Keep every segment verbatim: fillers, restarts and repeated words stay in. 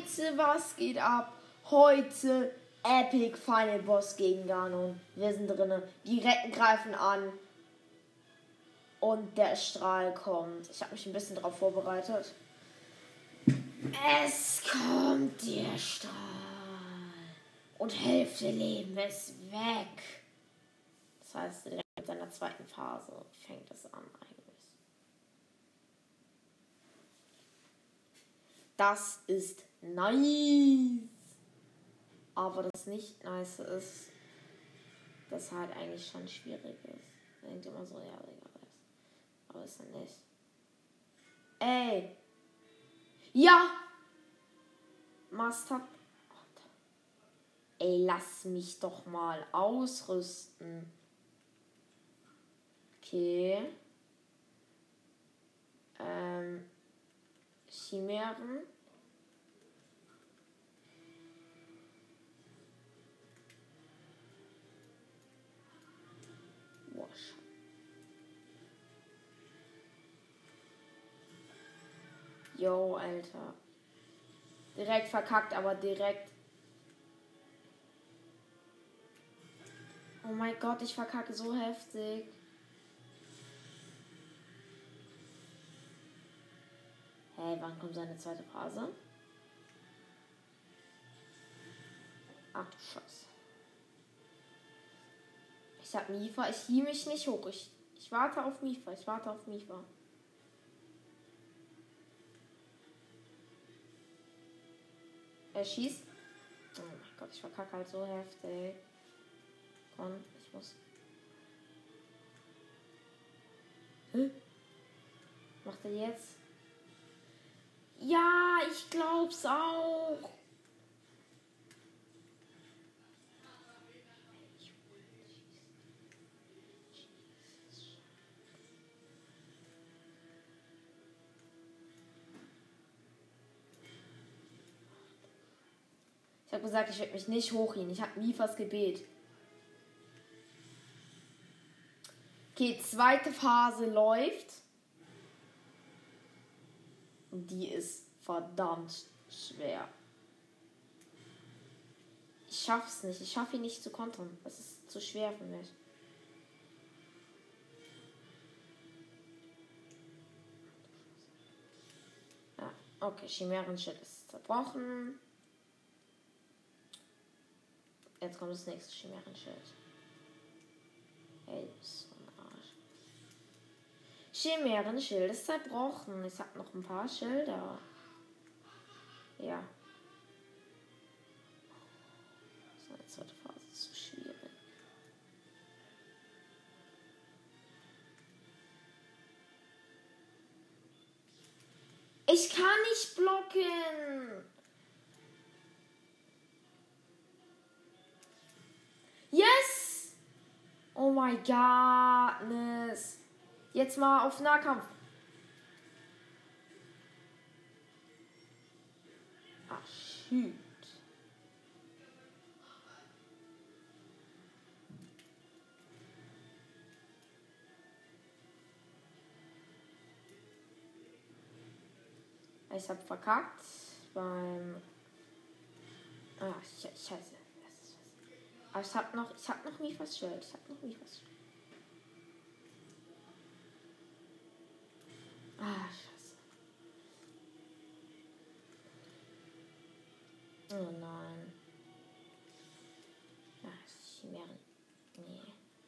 Leute, was geht ab? Heute Epic Final Boss gegen Ganon. Wir sind drinne. Die Recken greifen an. Und der Strahl kommt. Ich habe mich ein bisschen darauf vorbereitet. Es kommt der Strahl. Und Hälfte Leben ist weg. Das heißt, direkt mit seiner zweiten Phase fängt es an eigentlich. Das ist nice. Aber das nicht nice ist, das halt eigentlich schon schwierig ist. Man denkt immer so, ja, egal ist. Aber ist dann nicht. Ey. Ja. Master. Ey, lass mich doch mal ausrüsten. Okay. Ähm. Chimären. Boah, yo, Alter. Direkt verkackt, aber direkt. Oh mein Gott, ich verkacke so heftig. Hey, wann kommt seine zweite Phase? Ach du Scheiße. Ich hab Mifa, ich hieh mich nicht hoch. Ich, ich warte auf Mifa, ich warte auf Mifa. Er schießt. Oh mein Gott, ich verkacke halt so heftig. Komm, ich muss. Hä? Macht er jetzt? Ja, ich glaub's auch. Ich habe gesagt, ich werde mich nicht hochgehen. Ich habe Mifas Gebet. Okay, zweite Phase läuft. Und die ist verdammt schwer. Ich schaff's nicht. Ich schaffe ihn nicht zu kontern. Das ist zu schwer für mich. Ja, okay. Chimären-Schild ist zerbrochen. Jetzt kommt das nächste Chimären-Schild. Hey, du bist so ein Arsch. Chimären-Schild ist zerbrochen. Ich hab noch ein paar Schilder. Ja. So, die zweite Phase ist so schwierig. Ich kann nicht blocken. Yes! Oh my godness. Jetzt mal auf Nahkampf. Ah, shoot. Ich hab verkackt beim. Ah, scheiße. Aber ich hab noch, ich hab noch nie was Schild. Ich hab noch nie was Schild. Ah, scheiße. Oh nein. Ja, Chimären. Nee.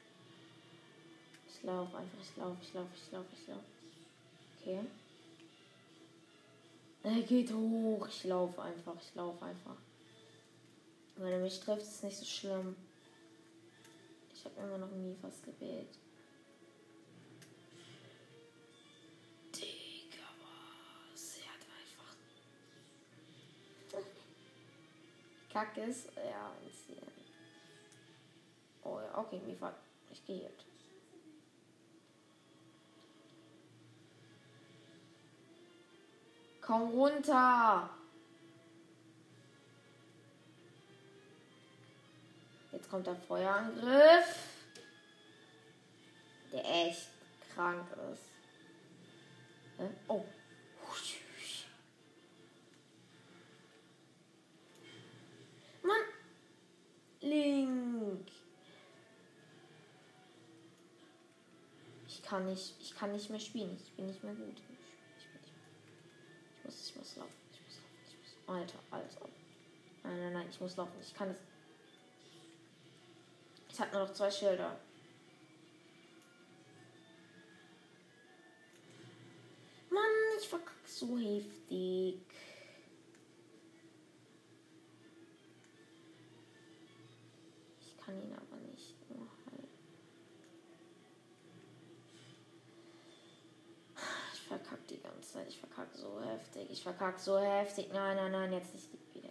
Ich lauf einfach, ich lauf, ich lauf, ich lauf, ich lauf. Okay. Er geht hoch. Ich lauf einfach, ich lauf einfach. Wenn er mich trifft, ist es nicht so schlimm. Ich habe immer noch nie was Gebet. Digga, was? Er hat einfach. Kacke ist, ja, entziehen. Oh ja, okay, Mifa. Ich gehe jetzt. Komm runter! Jetzt kommt der Feuerangriff, der echt krank ist. Hä? Oh. Ich kann nicht, ich kann nicht mehr spielen. Ich bin nicht mehr gut. Ich, ich, bin nicht mehr. ich muss, ich muss laufen. Ich muss laufen. Ich muss. Alter, Alter. Nein, nein, nein, ich muss laufen. Ich kann es. Ich habe nur noch zwei Schilder. Mann, ich verkacke so heftig. Ich kann ihn aber nicht mehr halten. Ich verkacke die ganze Zeit. Ich verkacke so heftig. Ich verkacke so heftig. Nein, nein, nein, jetzt nicht wieder.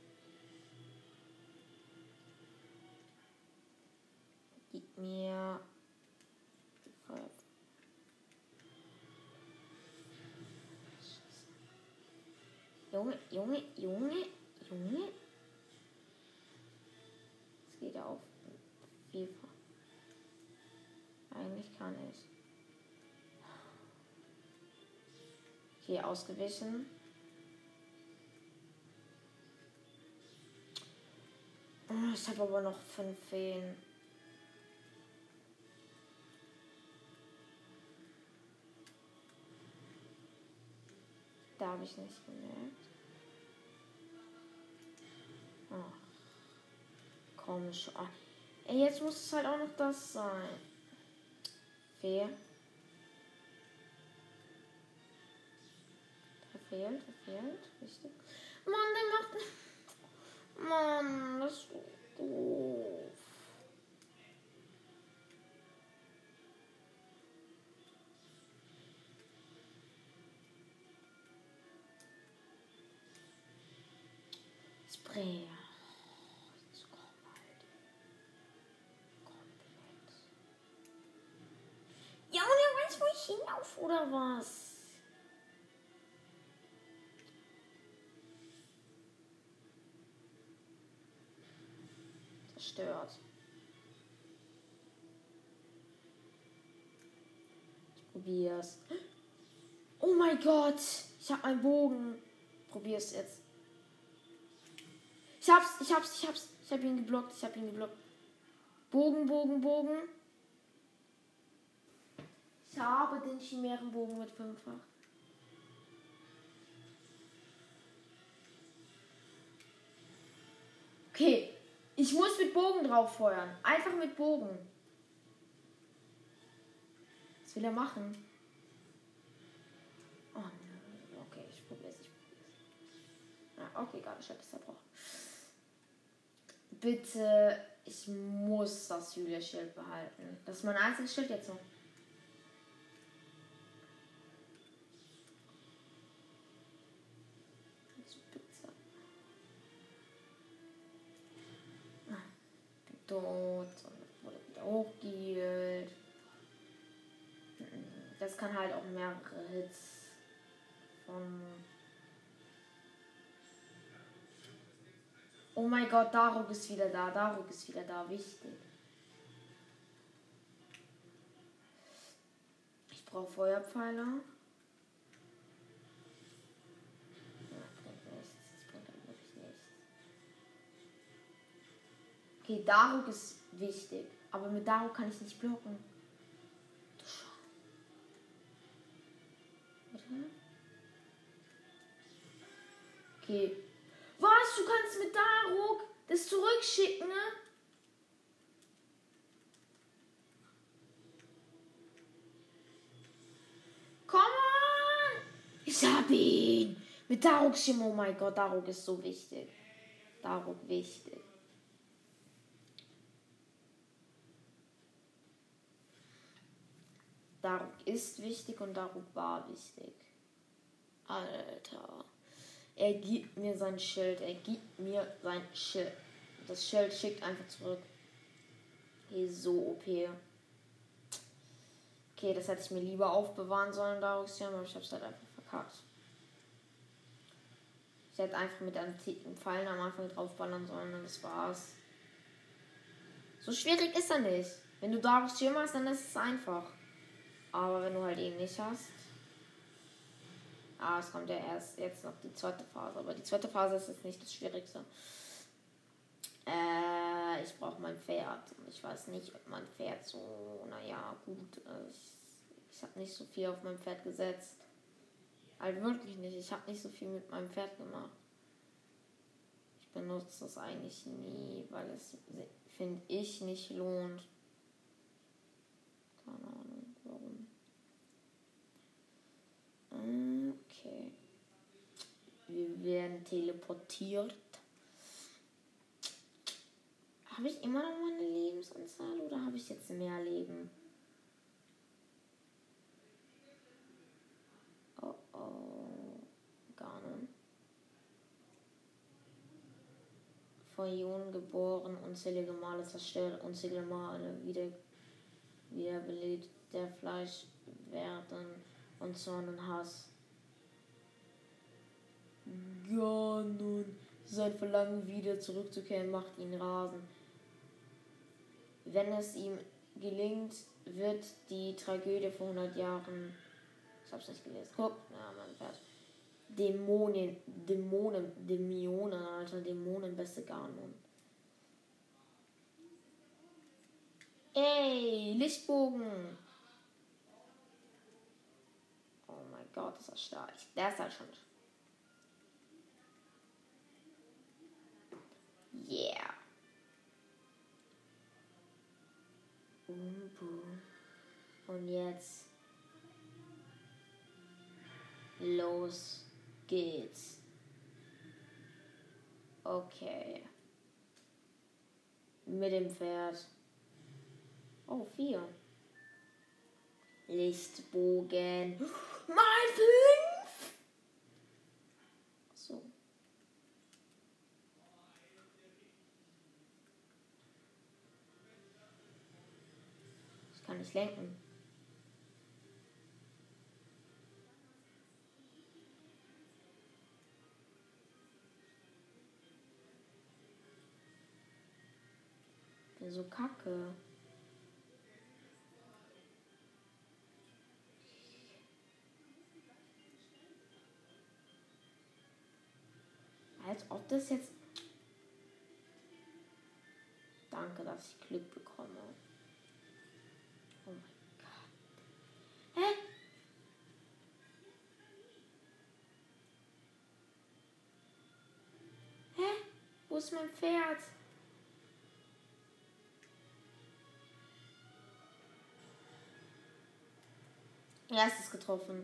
Gib mir. Junge, Junge, Junge, Junge. Es geht auf. FIFA. Eigentlich kann ich. Okay, ausgewichen. Oh, ich habe aber noch fünf Feen. Da habe ich nicht gemerkt. Oh. Komm schon. Ey, jetzt muss es halt auch noch das sein. Fee. Der fehlt, der fehlt. Richtig. Mann, der macht. Mann, das ist so doof. Spray. Ja, und er weiß, wo ich hinauf oder was? Zerstört. Ich probier's. Oh mein Gott! Ich hab einen Bogen. Probier's jetzt. Ich hab's, ich hab's, ich hab's. Ich hab ihn geblockt, ich hab ihn geblockt. Bogen, Bogen, Bogen. Ich habe den Chimärenbogen mit fünffach. Okay, ich muss mit Bogen drauf feuern. Einfach mit Bogen. Was will er machen? Oh nein, okay, ich probier's, ich probier's. Ja, okay, gar nicht, ich hab das zerbrochen. Bitte, ich muss das Julia-Schild behalten. Das ist mein einziges Schild jetzt noch. Tot und wurde wieder hochgehielt. Das kann halt auch mehrere Hits von. Oh mein Gott, Daruk ist wieder da. Daruk ist wieder da. Wichtig. Ich brauche Feuerpfeiler. Ja, bringt nichts. Das bringt halt wirklich nichts. Okay, Daruk ist wichtig. Aber mit Daruk kann ich nicht blocken. Du Schau. Bitte? Okay. Was? Du kannst mit Daruk das zurückschicken, ne? Come on! Ich hab ihn! Mit Daruk Schimmer. Oh mein Gott, Daruk ist so wichtig. Daruk wichtig. Daruk ist wichtig und Daruk war wichtig. Alter. Er gibt mir sein Schild. Er gibt mir sein Schild. Das Schild schickt einfach zurück. Okay, so O P. Okay, das hätte ich mir lieber aufbewahren sollen, Daruk, aber ich hab's halt einfach verkackt. Ich hätte einfach mit einem Pfeilen am Anfang draufballern sollen und das war's. So schwierig ist er nicht. Wenn du Daruk Schirm hast, dann ist es einfach. Aber wenn du halt ihn nicht hast. Ah, es kommt ja erst jetzt noch die zweite Phase. Aber die zweite Phase ist jetzt nicht das Schwierigste. Äh, ich brauche mein Pferd. Und ich weiß nicht, ob mein Pferd so, naja, gut ist. Ich habe nicht so viel auf mein Pferd gesetzt. Also wirklich nicht. Ich habe nicht so viel mit meinem Pferd gemacht. Ich benutze das eigentlich nie, weil es, finde ich, nicht lohnt. Keine Ahnung, warum. Okay. Wir werden teleportiert. Habe ich immer noch meine Lebensanzahl oder habe ich jetzt mehr Leben? Oh oh. Ganon. Vor Ionen geboren, unzählige Male zerstört, unzählige Male wieder, wiederbelebt, der Fleisch werden und Zorn und Hass. Ganon. Sein Verlangen wieder zurückzukehren macht ihn rasend. Wenn es ihm gelingt, wird die Tragödie vor hundert Jahren. Ich hab's nicht gelesen. Guck, ja, mein Pferd. Dämonen, Dämonen, Dämonen, Alter, Dämonen, beste Ganon. Ey, Lichtbogen. Oh mein Gott, ist das stark. Der ist halt schon. Yeah. Und jetzt los geht's. Okay. Mit dem Pferd. Oh, vier. Lichtbogen. Mal fünf. So. Ich kann nicht lenken. Bin so kacke. Als ob das jetzt... Danke, dass ich Glück bekomme. Oh mein Gott. Hä? Hä? Wo ist mein Pferd? Erstes getroffen.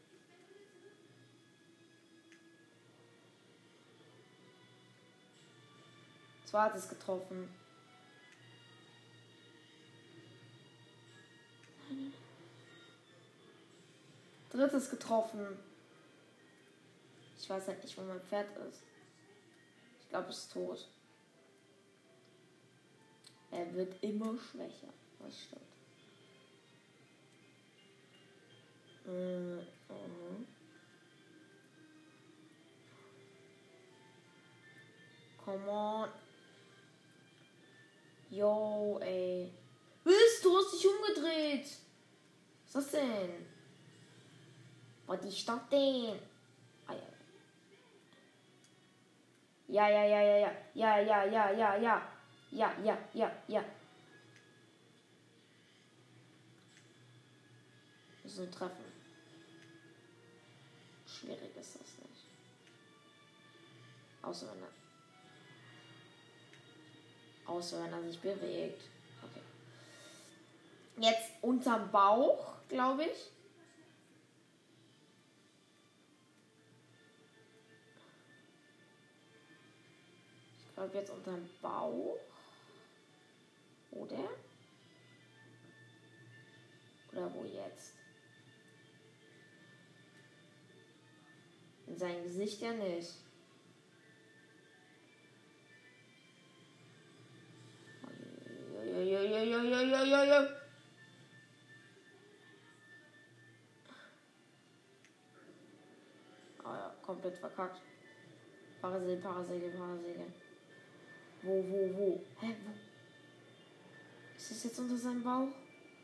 Zweites getroffen. Drittes getroffen. Ich weiß halt nicht, wo mein Pferd ist. Ich glaube, es ist tot. Er wird immer schwächer. Das stimmt. Mhm. Mhm. Come on. Yo, ey. Was? Du hast dich umgedreht. Was ist das denn? Was ist das denn? Ah, ja. Ja, ja, ja, ja, ja. Ja, ja, ja, ja, ja. Ja, ja, ja, ja. Wir müssen treffen. Schwierig ist das nicht. Außer wenn er, außer wenn er sich bewegt. Okay. Jetzt unterm Bauch, glaube ich. Ich glaube jetzt unterm Bauch. Oder? Oder wo jetzt? In sein Gesicht ja nicht. Ah ja, komplett verkackt. Parasegel, Parasegel, Parasegel. Wo, wo, wo? Hä, wo? Ist das jetzt unter seinem Bauch?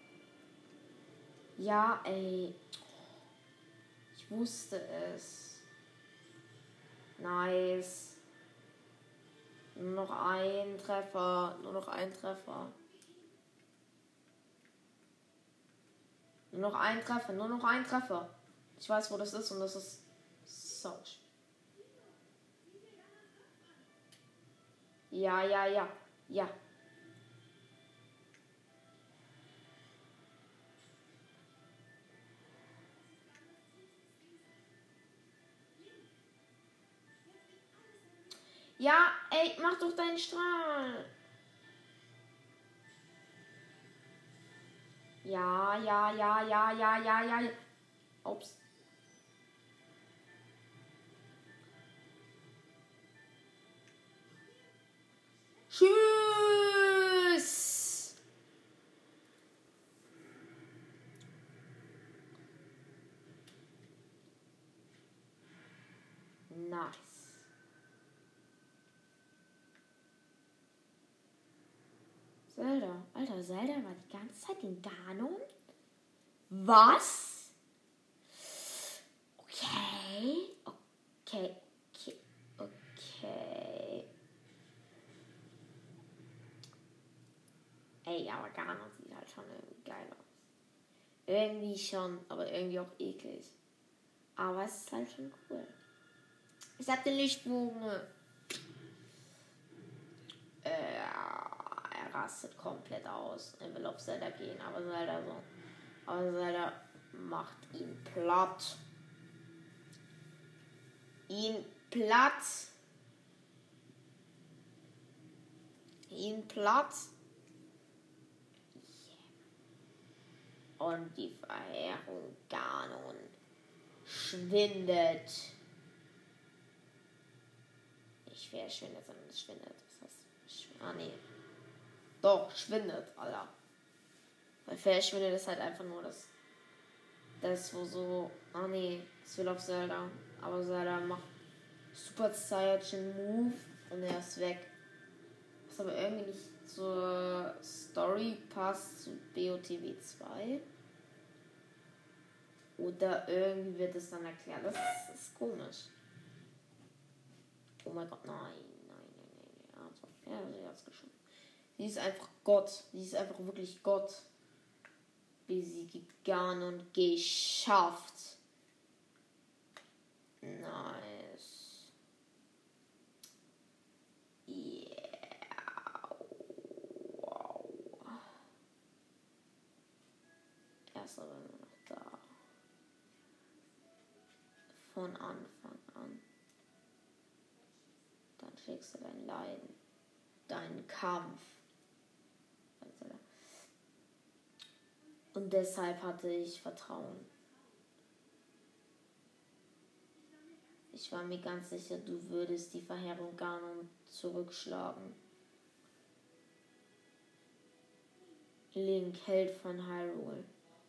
Ja, ey. Ich wusste es. Nice. Nur noch ein Treffer. Nur noch ein Treffer. Nur noch ein Treffer, nur noch ein Treffer. Ich weiß, wo das ist und das ist so. Ja, ja, ja, ja. Ja, ey, mach doch deinen Strahl. Ja, ja, ja, ja, ja, ja, ja. Ups. Tschüss. Nice. Zelda. Alter, Zelda war die ganze Zeit in Ganon? Was? Okay. Okay. Okay. Okay. Ey, aber Ganon sieht halt schon irgendwie geil aus. Irgendwie schon, aber irgendwie auch eklig. Aber es ist halt schon cool. Ich hab den Lichtbogen. Äh, er rastet komplett aus. Er will auf Zelda gehen, aber Zelda so. Aber Zelda macht ihn platt. Ihn platt. Ihn platt. Und die Verheerung Ganon schwindet. Nicht verschwindet, sondern es schwindet. Das heißt, schw- ah nee. Doch, schwindet, Alter. Weil verschwindet ist halt einfach nur das. Das, wo so. Ah nee, es will auf Zelda. Aber Zelda macht Super Saiyajin Move und er ist weg. Was aber irgendwie nicht zur Story passt zu B O T W zwei. Oder irgendwie wird es dann erklärt. Das ist, ist komisch. Oh mein Gott, nein, nein, nein, nein. Also, ja, sie hat's geschafft. Sie ist einfach Gott. Sie ist einfach wirklich Gott. Besiegt Ganon geschafft. Nice. Yeah. Wow. Er ist aber immer noch da. Von Anfang an. Dann schickst du dein Leiden. Deinen Kampf. Und deshalb hatte ich Vertrauen. Ich war mir ganz sicher, du würdest die Verheerung Ganon zurückschlagen. Link, Held von Hyrule.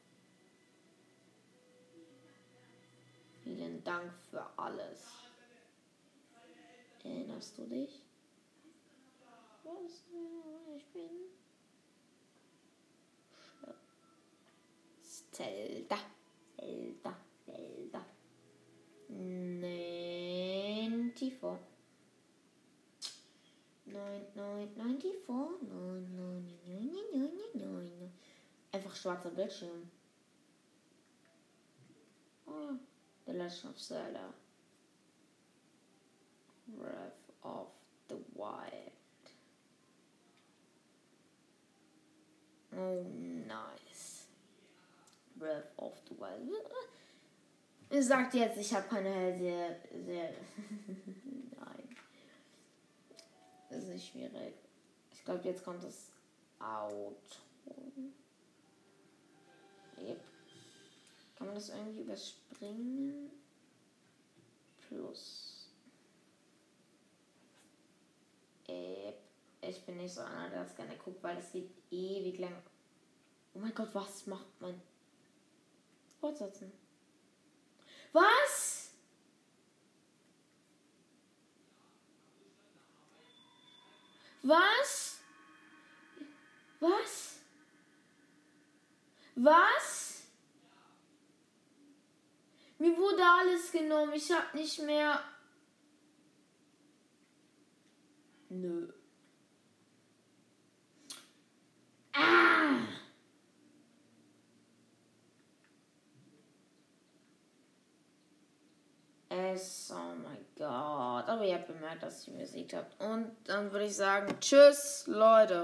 Vielen Dank für alles. Erinnerst du dich? Was? Ich bin... Zelda. Zelda. Zelda. neunundneunzig. neun, neun, neunundneunzig. neun, neun, neun, neun, neun. Einfach schwarzer Bildschirm. Oh, The Legend of Zelda. Breath of the Wild. Oh, nice. Breath of the Wild. Ich sagt jetzt, ich habe keine sehr, sehr. Nein. Das ist nicht schwierig. Ich glaube, jetzt kommt das Outro. Yep. Kann man das irgendwie überspringen? Plus. Yep. Ich bin nicht so einer, der das gerne guckt, weil es geht ewig lang. Oh mein Gott, was macht man? Fortsetzen. Was? Was? Was? Was? Mir wurde alles genommen. Ich hab nicht mehr. Nö. Ah! S. Oh mein Gott. Aber ihr habt bemerkt, dass ich besiegt habt. Und dann würde ich sagen, tschüss, Leute.